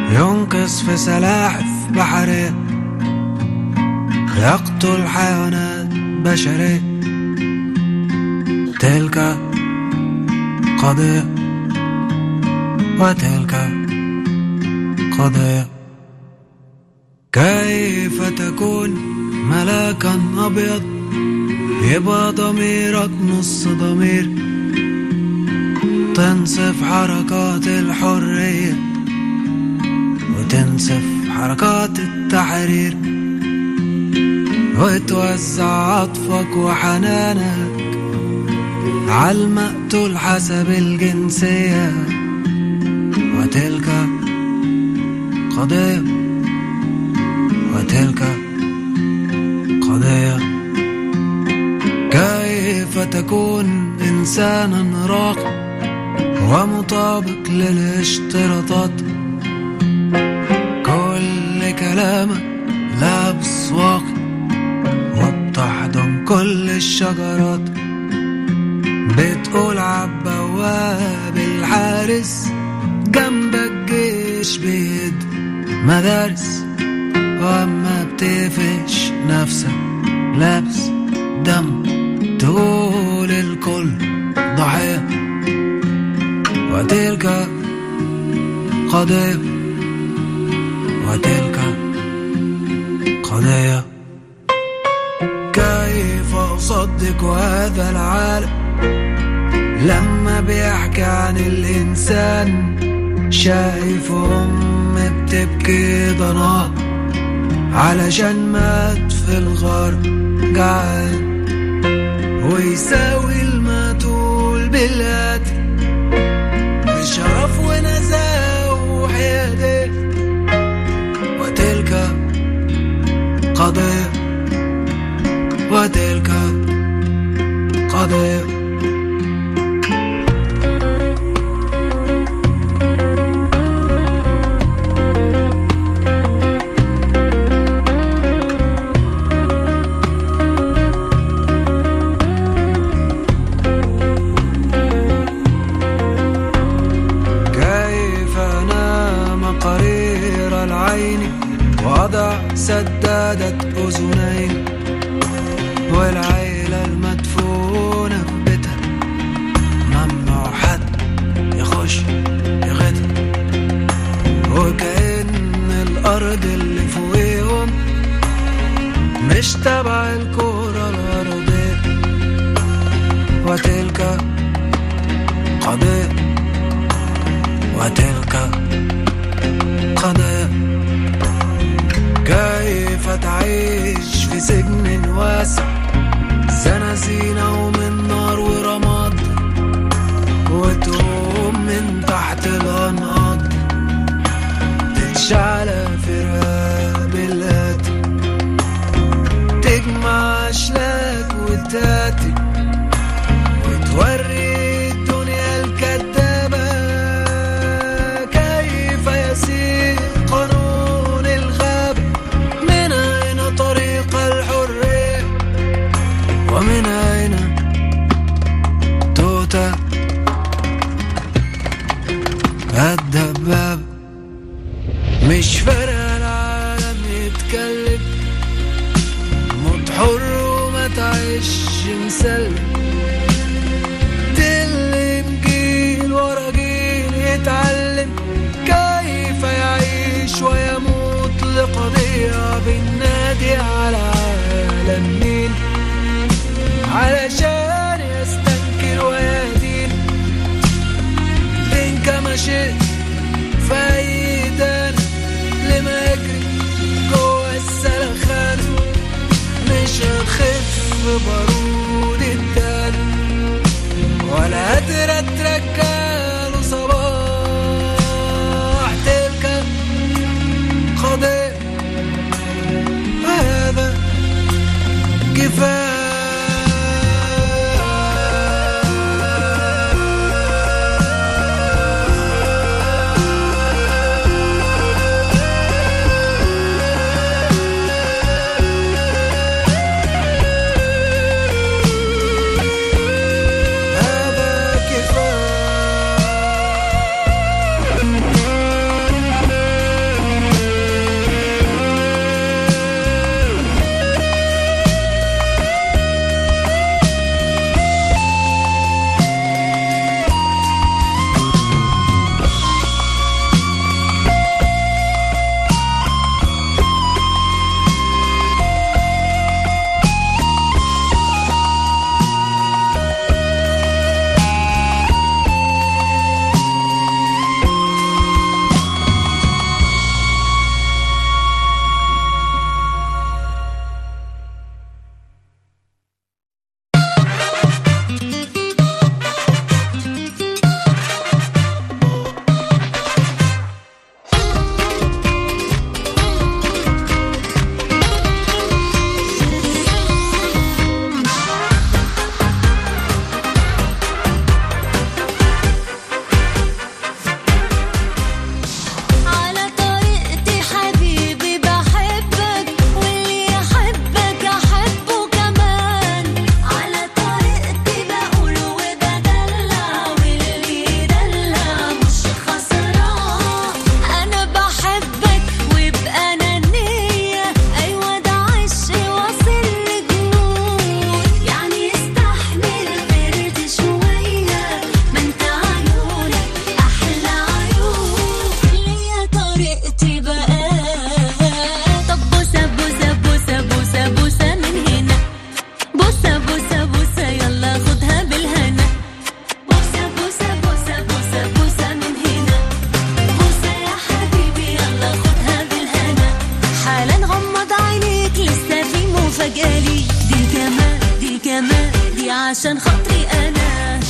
ينقص في سلاحف بحرية، يقتل حيوانات بشرية. تلك قضية وتلك قضية. كيف تكون ملاكا أبيض يبقى ضميرك نص ضمير، تنصف حركات الحرية وتنصف حركات التحرير، وتوزع عطفك وحنانك عالمقتول حسب الجنسية. وتلك قضية وتلك قضية. كيف تكون إنسانا راقي ومطابق للاشتراطات، كل كلامك لابس واقي وبتحضن كل الشجرات، بتقول عالبواب الحارس جنبك جيش بيد مدارس، وأما بتقفش نفسك لابس دم تقول الكل ضحية. وتلك قضية وتلك قضية. كيف أصدق هذا العالم لما بيحكي عن الإنسان، شايف أم بتبكي ضناها علشان مات في الغار جعان، ويساوي المقتول بالقتل بشرف ونزاهة وحيادة. وتلك قضية وتلك قضية. وضع سدادة أذنين والعيلة المدفونة في بيتها، ممنوع حد يخش يغتها، وكأن الأرض اللي فوقهم مش تبع الكرة الأرضية. وتلك قضية وتلك قضية. كيف تعيش في سجن واسع زنازينة ومن نار ورماد، وتقوم من تحت الأنقاض تتشعل في رقاب القاتل، تجمع أشلاك وتاتي وتوري الدنيا الكدابة كيف يسير قانون الغابة. من أين طريق الحرية ومن أين توتا الدباب؟ مش فارق العالم يتكلم، موت حر وما تعيش مسلم، تلم جيل ورا جيل يتعلم كيف يعيش ويموت لقضية بالنادي على عالم مين، علشان يستنكر ويهدين. إن كما شئت فايدان لما يجري جوا السلخان، مش هتخف بارود الدان ولا قادرة تركاله صباح. تلك قضية وهذا كفاية. هذا كفاية. عشان خاطري أنا.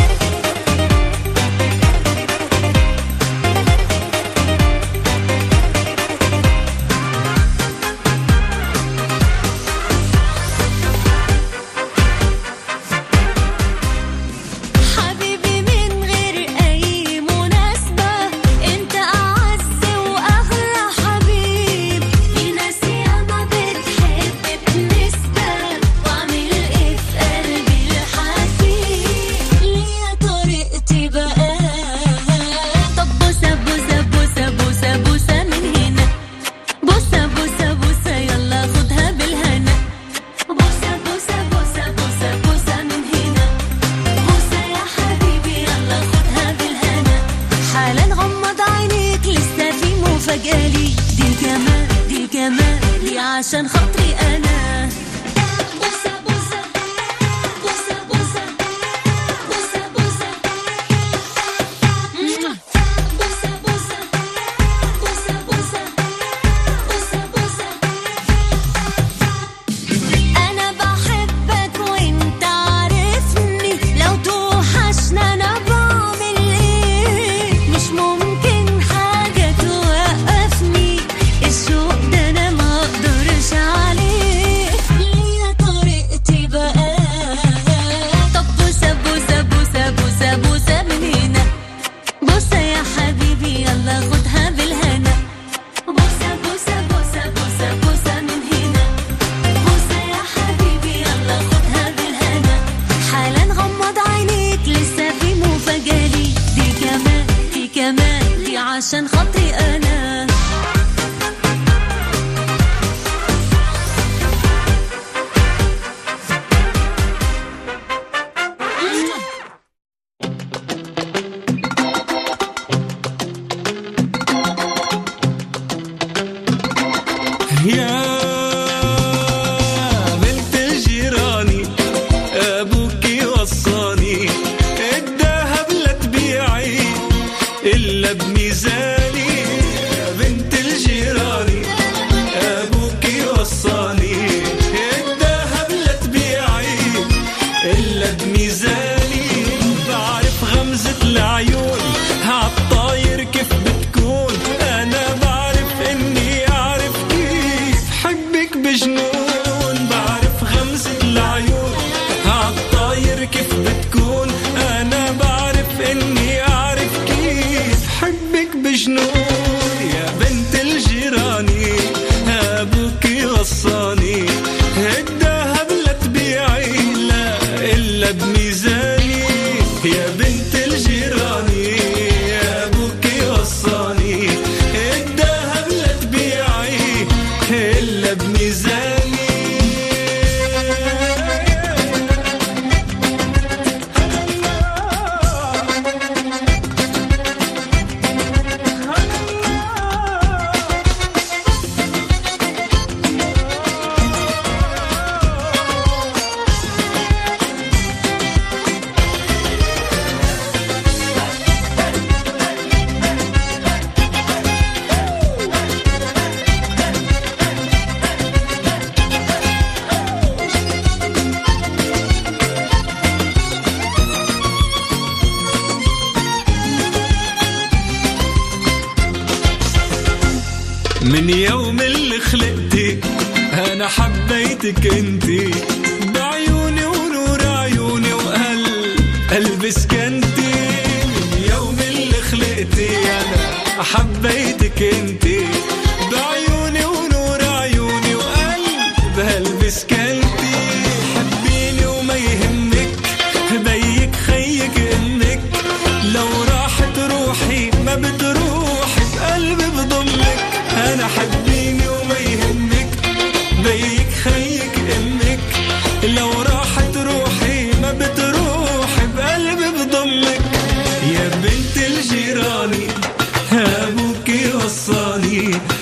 عشان خاطري أنا. بوسة بوسة بوسة بوسة بوسة بوسة بوسة بوسة بوسة بوسة بوسة بوسة. أنا بحبك وأنت عارفني، لو توحشنا أنا بعمل إيه؟ مش ممكن حاجة توقفني، الشوق ده أنا ما أقدرش عليه، ليا طريقتي بقى. طب بوسة بوسة بوسة بوسة بوسة من هنا، بوسة يا حبيبي يلا خدها بالهنا. بوسة بوسة بوسة بوسة بوسة من هنا، بوسة يا حبيبي يلا خدها بالهنا. حالا غمض عينيك لسه في مفاجأة لي، دي كمان دي كمان دي عشان خاطري أنا. يا بنت الجيراني أبوكي وصاني الدهب لا تبيعي إلا بميزاني. يا بنت الجيراني أبوكي وصاني الدهب لا تبيعي إلا بميزاني. بعرف غمزة العيون عالطاير كيف بتكون، أنا بعرف إني أعرف كيف حبك بجنون. بعرف غمزة العيون عالطاير كيف بتكون، أنا بعرف إني أعرف كيف حبك بجنون. يا بنت الجيراني أبوكي وصاني الدهب لا تبيعي لا إلا بميزاني. يا بنت الجيراني أبوكي وصاني الدهب لا تبيعي إلا بميزاني. من يوم اللي خلقتك أنا حبيتك انتي، بعيوني ونور عيوني وقلبي سكنتي. من يوم اللي خلقتي أنا حبيتك انتي، بعيوني ونور عيوني وقلبي سكنتي. حبيني وما يهمك بيك خيك امك، لو راحت روحي ما بتروحي بقلبي بضمك. أنا حبيني وما يهمك بيك خيك امك، لو راحت روحي ما بتروحي بقلبي بضمك. يا بنت الجيراني أبوكي وصاني